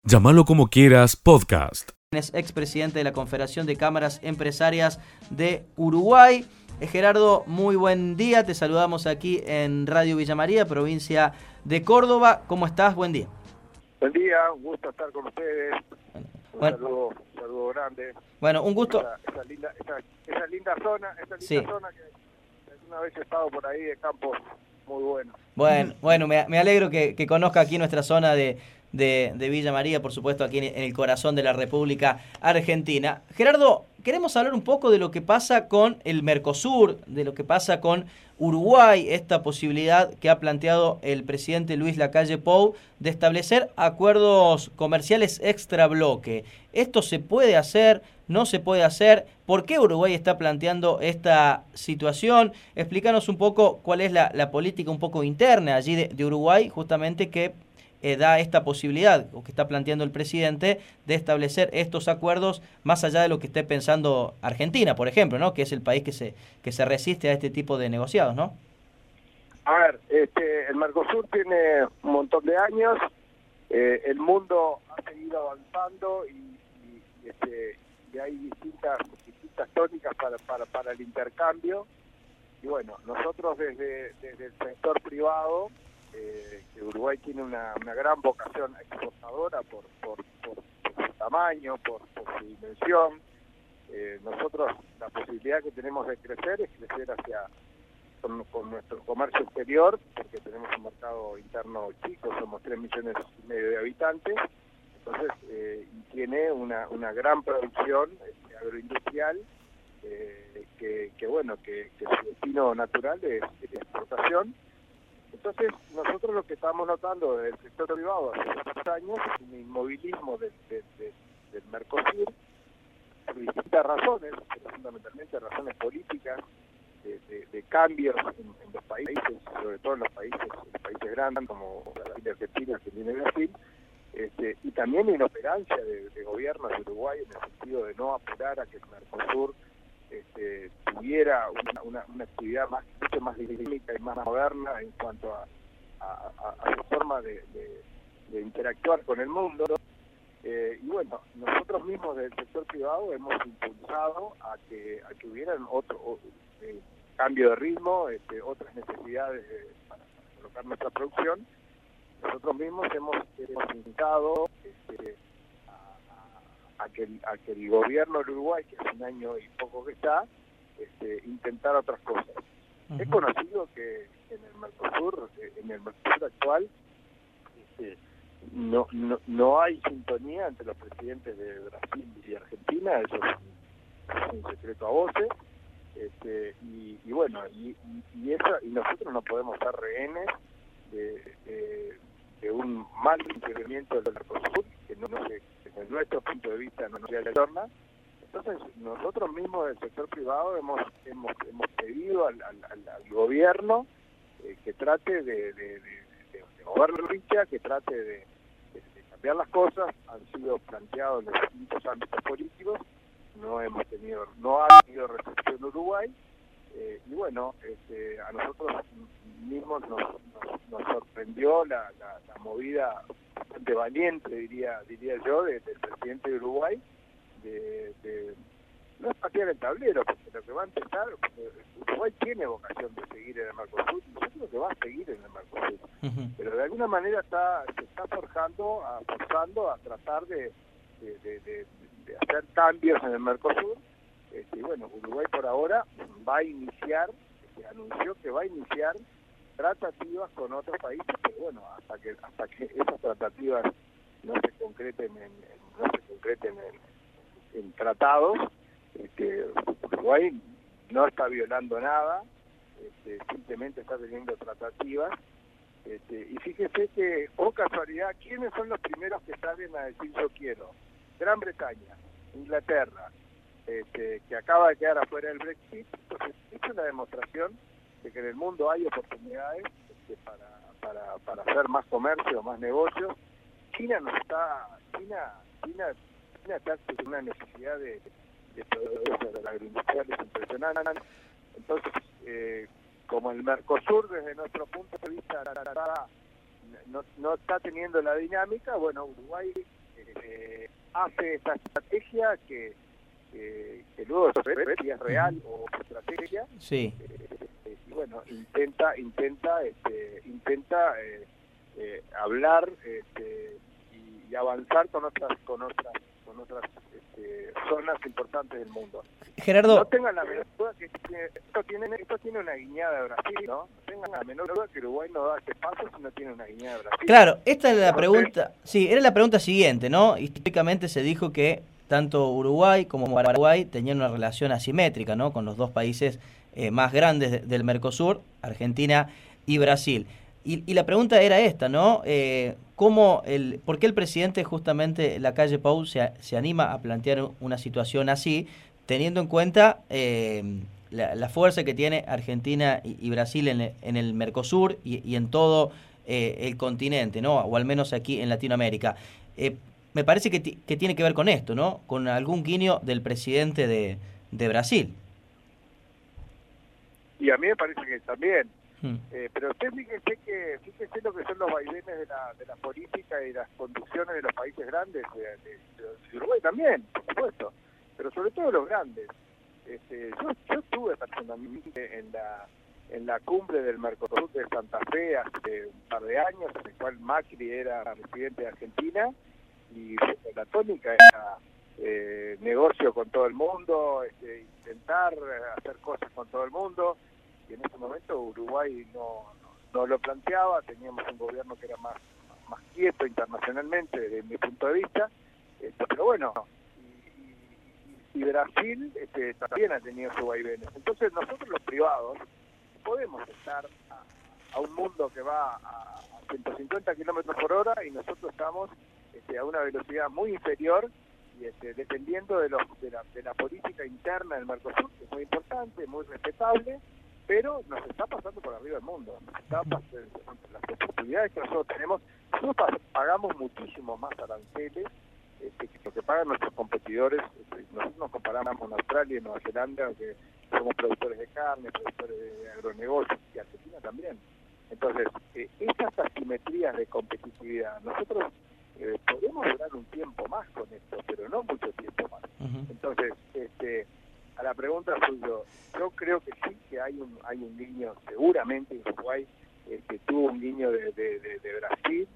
Llámalo como quieras, podcast. Es expresidente de la Confederación de Cámaras Empresarias de Uruguay. Gerardo, muy buen día. Te saludamos aquí en Radio Villa María, provincia de Córdoba. ¿Cómo estás? Buen día. Buen día, un gusto estar con ustedes. Un saludo grande. Bueno, un gusto. Esa linda zona Sí. que alguna vez he estado por ahí de campos muy buenos. Bueno, me alegro que conozca aquí nuestra zona de Villa María, por supuesto, aquí en el corazón de la República Argentina. Gerardo, queremos hablar un poco de lo que pasa con el Mercosur, de lo que pasa con Uruguay, esta posibilidad que ha planteado el presidente Luis Lacalle Pou de establecer acuerdos comerciales extra bloque. ¿Esto se puede hacer? ¿No se puede hacer? ¿Por qué Uruguay está planteando esta situación? Explícanos un poco cuál es la política un poco interna allí de Uruguay, justamente que da esta posibilidad, o que está planteando el presidente, de establecer estos acuerdos más allá de lo que esté pensando Argentina, por ejemplo, ¿no? Que es el país que se resiste a este tipo de negociados, ¿no? A ver, el Mercosur tiene un montón de años, el mundo ha seguido avanzando y hay distintas tónicas para el intercambio. Y bueno, nosotros desde el sector privado, que Uruguay tiene una gran vocación exportadora por su tamaño, por su dimensión. Nosotros la posibilidad que tenemos de crecer es crecer con nuestro comercio exterior, porque tenemos un mercado interno chico, somos 3,5 millones de habitantes, entonces tiene una gran producción agroindustrial, que su destino natural es exportación. Entonces, nosotros lo que estamos notando desde el sector privado hace muchos años es un inmovilismo del Mercosur por distintas razones, pero fundamentalmente razones políticas, de cambios en los países, sobre todo en los países grandes como la Argentina, que viene Brasil, y también inoperancia de gobiernos de Uruguay en el sentido de no apurar a que el Mercosur tuviera una actividad mucho más dinámica y más moderna en cuanto a su forma de interactuar con el mundo. Y bueno, nosotros mismos del sector privado hemos impulsado a que hubieran otro cambio de ritmo, otras necesidades para colocar nuestra producción. Nosotros mismos hemos invitado a que el gobierno de Uruguay, que hace un año y poco que está, intentar otras cosas. Uh-huh. Es conocido que en el Mercosur actual, no hay sintonía entre los presidentes de Brasil y Argentina, eso es un secreto a voces, y nosotros no podemos ser rehenes de un mal funcionamiento del Mercosur, que desde nuestro punto de vista no se retorna. Entonces, nosotros mismos del sector privado hemos pedido al gobierno que trate de mover la ficha, que trate de cambiar las cosas. Han sido planteados en los distintos ámbitos políticos, no ha tenido recepción en Uruguay, y bueno, a nosotros mismos nos sorprendió la movida bastante valiente, diría yo, del presidente de Uruguay, no es patear el tablero, porque lo que va a empezar, Uruguay tiene vocación de seguir en el Mercosur, nosotros que va a seguir en el Mercosur, uh-huh. Pero de alguna manera se está forzando a tratar de hacer cambios en el Mercosur. Y bueno, Uruguay por ahora anunció que va a iniciar tratativas con otros países, pero bueno, hasta que esas tratativas no se concreten en tratados, Uruguay no está violando nada, simplemente está teniendo tratativas, y fíjese que, casualidad, ¿quiénes son los primeros que salen a decir yo quiero? Gran Bretaña, Inglaterra, que acaba de quedar afuera del Brexit. Entonces, esta es la demostración de que en el mundo hay oportunidades para hacer más comercio, más negocios. China está con una necesidad de productos agroindustriales impresionantes. Entonces, como el Mercosur, desde nuestro punto de vista, no está teniendo la dinámica, bueno, Uruguay hace esta estrategia que luego se ve si es real o estrategia. Sí. Y bueno, intenta hablar y avanzar con otras zonas importantes del mundo. Gerardo, No tengan la menor duda que esto tiene una guiñada de Brasil, ¿no? No tengan la menor duda que Uruguay no da este paso si no tiene una guiñada de Brasil. claro, esta es la pregunta, sí, era la pregunta siguiente, ¿no? Históricamente se dijo que tanto Uruguay como Paraguay tenían una relación asimétrica, ¿no? Con los dos países más grandes del Mercosur, Argentina y Brasil. Y la pregunta era esta, ¿no? ¿Por qué el presidente justamente Lacalle Pou se anima a plantear una situación así, teniendo en cuenta la fuerza que tiene Argentina y Brasil en el Mercosur y en todo el continente, ¿no? O al menos aquí en Latinoamérica? Me parece que tiene que ver con esto, ¿no? Con algún guiño del presidente de Brasil. Y a mí me parece que también. Pero usted fíjese lo que son los vaivenes de la política y las conducciones de los países grandes, de Uruguay también, por supuesto, pero sobre todo los grandes. Yo estuve personalmente en la cumbre del Mercosur de Santa Fe hace un par de años, en el cual Macri era presidente de Argentina, y la tónica era negocio con todo el mundo, intentar hacer cosas con todo el mundo. Y en ese momento Uruguay no lo planteaba, teníamos un gobierno que era más quieto internacionalmente desde mi punto de vista, pero bueno, y Brasil también ha tenido sus vaivenes. Entonces nosotros los privados podemos estar a un mundo que va a 150 kilómetros por hora y nosotros estamos a una velocidad muy inferior, y dependiendo de la política interna del Mercosur, que es muy importante, muy respetable, pero nos está pasando por arriba del mundo. Las oportunidades que nosotros tenemos, nosotros pagamos muchísimo más aranceles que lo que pagan nuestros competidores. Nosotros nos comparamos con Australia y Nueva Zelanda, que somos productores de carne, productores de agronegocios, y Argentina también. Entonces, estas asimetrías de competitividad, nosotros podemos durar un tiempo más con esto, pero no mucho tiempo más. Entonces, a la pregunta suya, yo creo que sí, que hay un guiño, seguramente Uruguay tuvo un guiño de Brasil,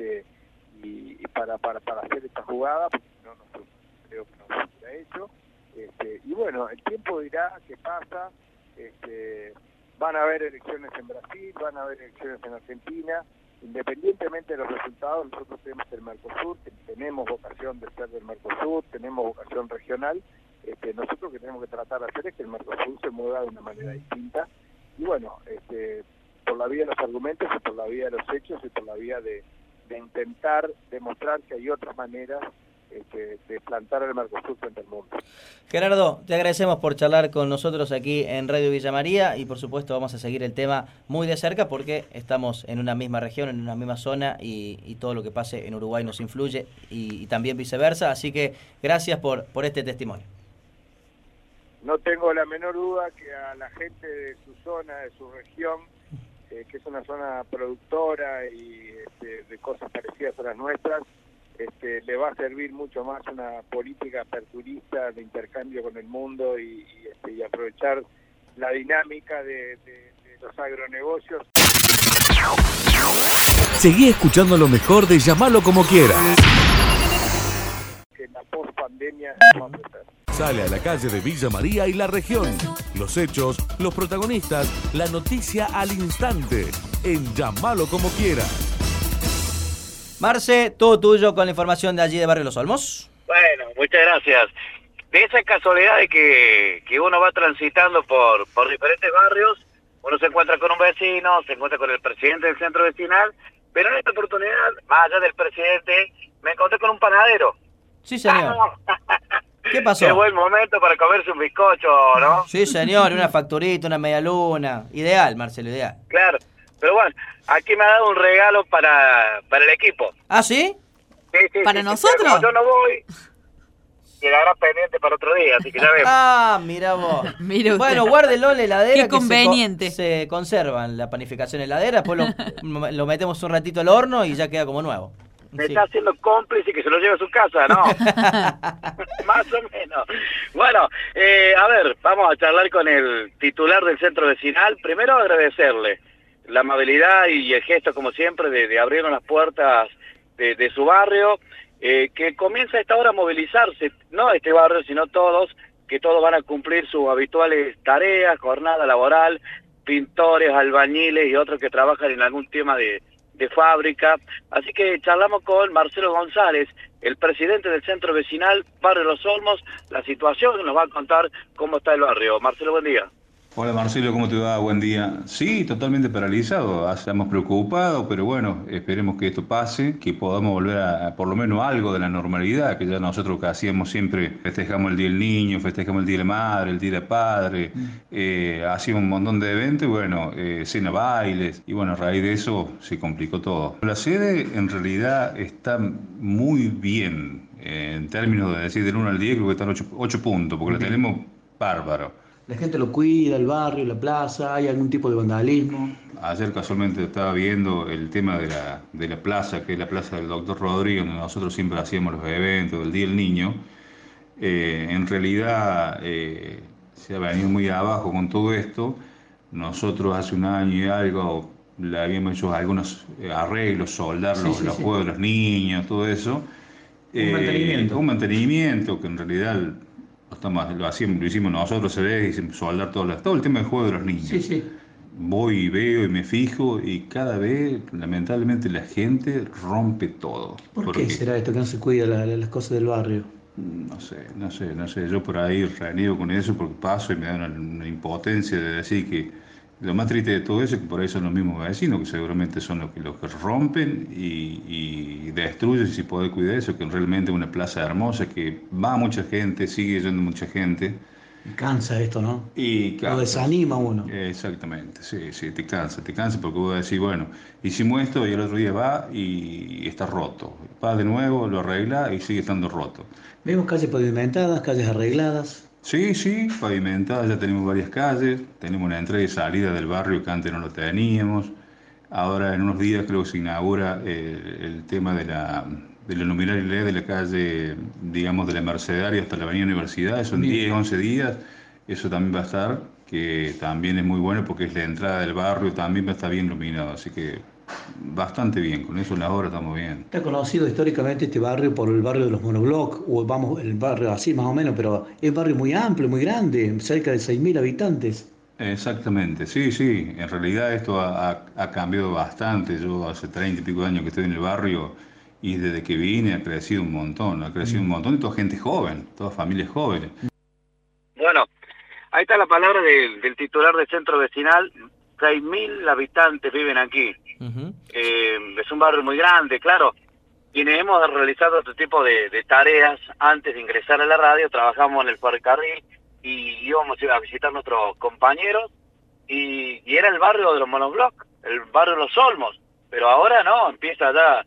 y para hacer esta jugada, porque no creo que no se hubiera hecho, y bueno, el tiempo dirá qué pasa. Van a haber elecciones en Brasil, van a haber elecciones en Argentina. Independientemente de los resultados, nosotros tenemos el Mercosur, tenemos vocación de ser del Mercosur, tenemos vocación regional. Nosotros lo que tenemos que tratar de hacer es que el Mercosur se mueva de una manera distinta, y bueno, por la vía de los argumentos y por la vía de los hechos y por la vía de intentar demostrar que hay otras maneras de plantar el Mercosur frente al mundo. Gerardo, te agradecemos por charlar con nosotros aquí en Radio Villa María, y por supuesto vamos a seguir el tema muy de cerca porque estamos en una misma región, en una misma zona, y todo lo que pase en Uruguay nos influye y también viceversa, así que gracias por este testimonio. No tengo la menor duda que a la gente de su zona, de su región, que es una zona productora y de cosas parecidas a las nuestras, le va a servir mucho más una política aperturista de intercambio con el mundo y aprovechar la dinámica de los agronegocios. Seguí escuchando lo mejor de Llamalo Como Quieras. Que la post-pandemia va a ofrecer. Sale a la calle de Villa María y la región. Los hechos, los protagonistas, la noticia al instante. En Llamalo Como Quieras. Marce, todo tuyo con la información de allí de Barrio Los Olmos. Bueno, muchas gracias. De esa casualidad de que uno va transitando por diferentes barrios, uno se encuentra con un vecino, se encuentra con el presidente del centro vecinal, pero en esta oportunidad, más allá del presidente, me encontré con un panadero. Sí, señor. ¿Qué pasó? Qué buen momento para comerse un bizcocho, ¿no? Sí, señor, una facturita, una media luna. Ideal, Marcelo, ideal. Claro, pero bueno, aquí me ha dado un regalo para el equipo. ¿Ah, sí? Sí, ¿Para nosotros? Como yo no voy, quedará pendiente para otro día, así que ya vemos. Ah, mira vos. Mire usted. Bueno, guárdelo en la heladera. Qué conveniente. Se conservan la panificación en la heladera, después lo metemos un ratito al horno y ya queda como nuevo. me está haciendo cómplice y que se lo lleve a su casa, ¿no? Más o menos. Bueno, a ver, vamos a charlar con el titular del centro vecinal. Primero agradecerle la amabilidad y el gesto, como siempre, de abrirnos las puertas de su barrio, que comienza a esta hora a movilizarse, no este barrio, sino todos, que todos van a cumplir sus habituales tareas, jornada laboral, pintores, albañiles y otros que trabajan en algún tema de fábrica. Así que charlamos con Marcelo González, el presidente del centro vecinal Barrio Los Olmos, la situación, que nos va a contar cómo está el barrio. Marcelo, buen día. Hola Marcelo, ¿cómo te va? Buen día. Sí, totalmente paralizado, estamos preocupados, pero bueno, esperemos que esto pase, que podamos volver a por lo menos algo de la normalidad, que ya nosotros que hacíamos siempre, festejamos el Día del Niño, festejamos el Día de la Madre, el Día del Padre, hacíamos un montón de eventos, y bueno, cena, bailes, y bueno, a raíz de eso se complicó todo. La sede en realidad está muy bien, en términos de decir del 1 al 10, creo que están 8 puntos, porque la tenemos bárbaro. La gente lo cuida, el barrio, la plaza, ¿hay algún tipo de vandalismo? Ayer casualmente estaba viendo el tema de la plaza, que es la plaza del Doctor Rodríguez, donde nosotros siempre hacíamos los eventos del Día del Niño. En realidad se ha venido muy abajo con todo esto. Nosotros hace un año y algo le habíamos hecho algunos arreglos, soldar los juegos de los niños, todo eso. Un mantenimiento que en realidad... Lo hicimos nosotros, se ve, soldar todo el tema del juego de los niños. Voy y veo y me fijo y cada vez, lamentablemente, la gente rompe todo. ¿Por qué será esto que no se cuida las cosas del barrio? No sé. Yo por ahí reniego con eso porque paso y me da una impotencia de decir que lo más triste de todo eso es que por ahí son los mismos vecinos que seguramente son los que rompen y destruyen, si puede cuidar eso, que realmente es una plaza hermosa, que va mucha gente, sigue yendo mucha gente. Y cansa esto, ¿no? Y lo desanima uno. Exactamente, sí, te cansa porque vos decís, bueno, hicimos esto y el otro día va y está roto. Va de nuevo, lo arregla y sigue estando roto. Vemos calles pavimentadas, calles arregladas. Sí, pavimentadas, ya tenemos varias calles, tenemos una entrada y salida del barrio que antes no lo teníamos. Ahora en unos días creo que se inaugura el tema de la luminaria LED de la calle, digamos, de la Mercedaria hasta la Avenida Universidad, son 10, 11 días, eso también va a estar, que también es muy bueno porque es la entrada del barrio, también va a estar bien iluminado, así que bastante bien, con eso en las obras estamos bien. Está conocido históricamente este barrio por el barrio de los monoblocks, o vamos, el barrio así más o menos, pero es un barrio muy amplio, muy grande, cerca de 6.000 habitantes. Exactamente, sí, en realidad esto ha cambiado bastante. Yo hace 30 y pico de años que estoy en el barrio y desde que vine ha crecido un montón y toda gente joven, todas familias jóvenes. Bueno, ahí está la palabra del titular del centro vecinal. 6.000 habitantes viven aquí. Es un barrio muy grande, claro. Quienes hemos realizado este tipo de tareas antes de ingresar a la radio, trabajamos en el ferrocarril y íbamos a visitar a nuestros compañeros y era el barrio de los monoblocks, el barrio de Los Olmos, pero ahora no, empieza ya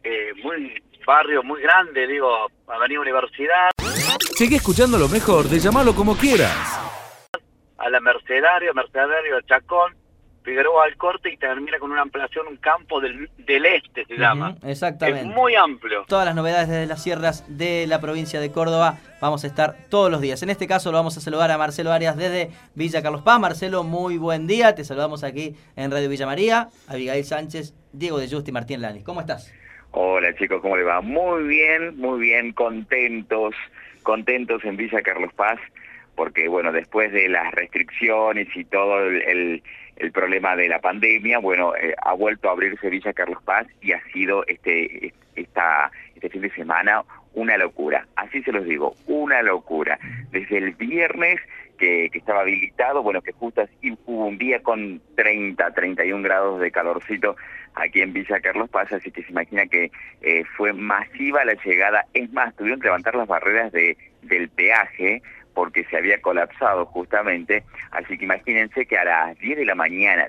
barrio muy grande, digo, Avenida Universidad. Sigue escuchando lo mejor de Llamalo Como Quieras. A la Mercedario, Chacón, Figueroa al Corte y termina con una ampliación, un campo del este se llama. Exactamente. Es muy amplio. Todas las novedades desde las sierras de la provincia de Córdoba vamos a estar todos los días. En este caso lo vamos a saludar a Marcelo Arias desde Villa Carlos Paz. Marcelo, muy buen día. Te saludamos aquí en Radio Villa María. Abigail Sánchez, Diego de Justi y Martín Lanis. ¿Cómo estás? Hola chicos, ¿cómo les va? Muy bien, contentos en Villa Carlos Paz, porque bueno, después de las restricciones y todo el problema de la pandemia, bueno, ha vuelto a abrirse Villa Carlos Paz y ha sido este fin de semana una locura, así se los digo, una locura. Desde el viernes que estaba habilitado, bueno, que justo así hubo un día con 31 grados de calorcito aquí en Villa Carlos Paz, así que se imagina que fue masiva la llegada. Es más, tuvieron que levantar las barreras del peaje porque se había colapsado justamente, así que imagínense que a las 10 de la mañana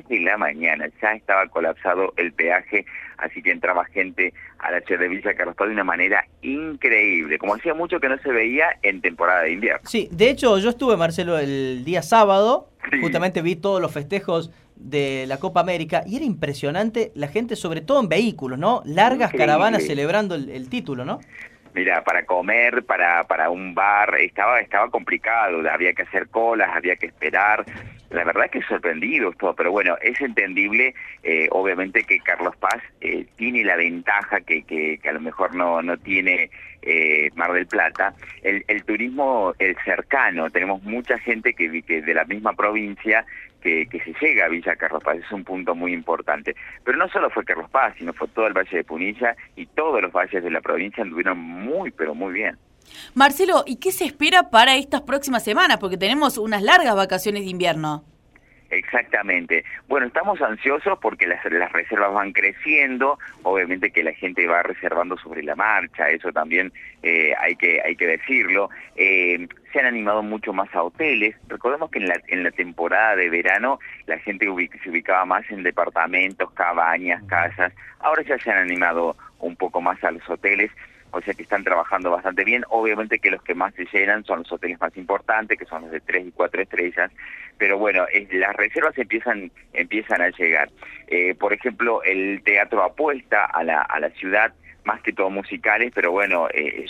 ya estaba colapsado el peaje, así que entraba gente a la de Villa Carlos Paz de una manera increíble, como hacía mucho que no se veía en temporada de invierno. Sí, de hecho yo estuve, Marcelo, el día sábado Sí. Justamente vi todos los festejos de la Copa América y era impresionante la gente, sobre todo en vehículos, ¿no? Largas Increíble. caravanas celebrando el título, ¿no? Mira, para comer, para un bar, estaba complicado, había que hacer colas, había que esperar. La verdad es que sorprendido todo, pero bueno, es entendible, obviamente que Carlos Paz tiene la ventaja que a lo mejor no tiene Mar del Plata. El turismo, el cercano, tenemos mucha gente que de la misma provincia que se llega a Villa Carlos Paz, es un punto muy importante. Pero no solo fue Carlos Paz, sino fue todo el Valle de Punilla y todos los valles de la provincia anduvieron muy, pero muy bien. Marcelo, ¿y qué se espera para estas próximas semanas? Porque tenemos unas largas vacaciones de invierno. Exactamente. Bueno, estamos ansiosos porque las reservas van creciendo, obviamente que la gente va reservando sobre la marcha, eso también hay que decirlo. Se han animado mucho más a hoteles. Recordemos que en la temporada de verano la gente se ubicaba más en departamentos, cabañas, casas. Ahora ya se han animado un poco más a los hoteles. O sea que están trabajando bastante bien. Obviamente que los que más se llenan son los hoteles más importantes, que son los de 3 y 4 estrellas. Pero bueno, las reservas empiezan a llegar. Por ejemplo, el teatro apuesta a la ciudad, más que todo musicales, pero bueno, es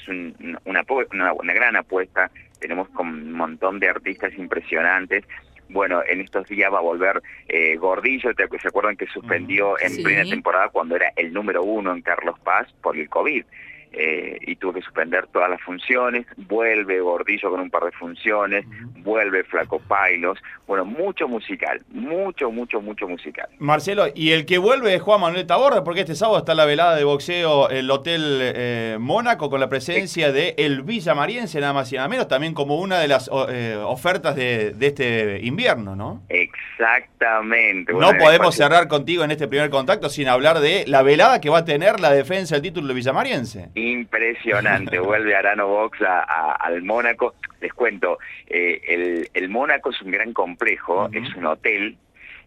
una gran apuesta. Tenemos con un montón de artistas impresionantes. Bueno, en estos días va a volver Gordillo. ¿Se acuerdan que suspendió en plena temporada cuando era el número 1 en Carlos Paz por el COVID? Y tuvo que suspender todas las funciones. Vuelve Gordillo con un par de funciones, vuelve Flaco Pailos. Bueno, mucho musical, mucho musical. Marcelo, y el que vuelve es Juan Manuel Taborda, porque este sábado está la velada de boxeo el Hotel Mónaco con la presencia de el Villamariense, nada más y nada menos, también como una de las ofertas de este invierno, ¿no? Exactamente. No podemos cerrar contigo en este primer contacto sin hablar de la velada que va a tener la defensa del título de Villamariense. Impresionante, vuelve Arano Box al Mónaco. Les cuento, el Mónaco es un gran complejo, es un hotel,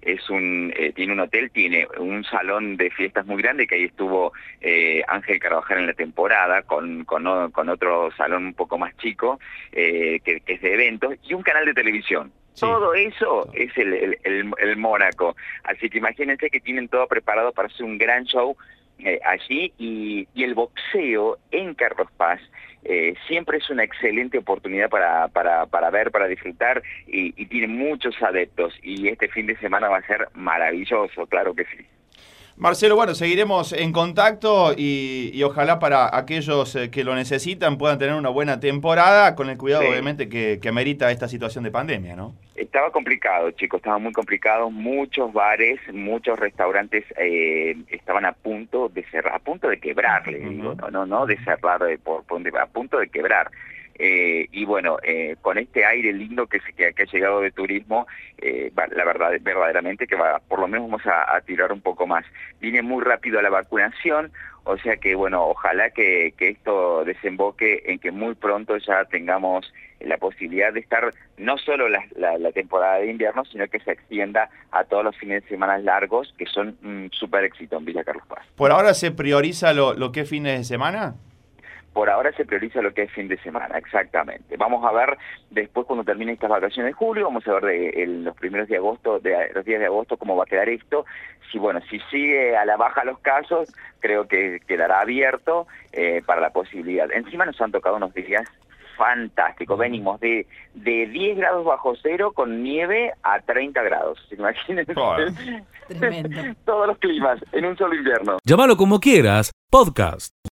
tiene un salón de fiestas muy grande, que ahí estuvo Ángel Carvajal en la temporada, con otro salón un poco más chico, que es de eventos, y un canal de televisión. Sí. Todo eso es el Mónaco. Así que imagínense que tienen todo preparado para hacer un gran show allí, y el boxeo en Carlos Paz siempre es una excelente oportunidad para ver, para disfrutar, y tiene muchos adeptos, y este fin de semana va a ser maravilloso, claro que sí. Marcelo, bueno, seguiremos en contacto y ojalá para aquellos que lo necesitan puedan tener una buena temporada, con el cuidado obviamente que amerita esta situación de pandemia, ¿no? Estaba complicado, chicos, estaba muy complicado. Muchos bares, muchos restaurantes estaban a punto de cerrar, a punto de quebrar, les digo, no de cerrar, a punto de quebrar. Y bueno, con este aire lindo que ha llegado de turismo, la verdad, verdaderamente que por lo menos vamos a tirar un poco más. Viene muy rápido la vacunación, o sea que bueno, ojalá que esto desemboque en que muy pronto ya tengamos la posibilidad de estar no solo la temporada de invierno, sino que se extienda a todos los fines de semana largos, que son un súper éxito en Villa Carlos Paz. ¿Por ahora se prioriza lo que es fines de semana? Por ahora se prioriza lo que es fin de semana, exactamente. Vamos a ver después, cuando termine estas vacaciones de julio, vamos a ver los primeros de agosto, los días de agosto, cómo va a quedar esto. Si sigue a la baja los casos, creo que quedará abierto para la posibilidad. Encima nos han tocado unos días fantásticos. Venimos de 10 grados bajo cero con nieve a 30 grados. Imagínense. Tremendo. Todos los climas en un solo invierno. Llámalo como quieras, podcast.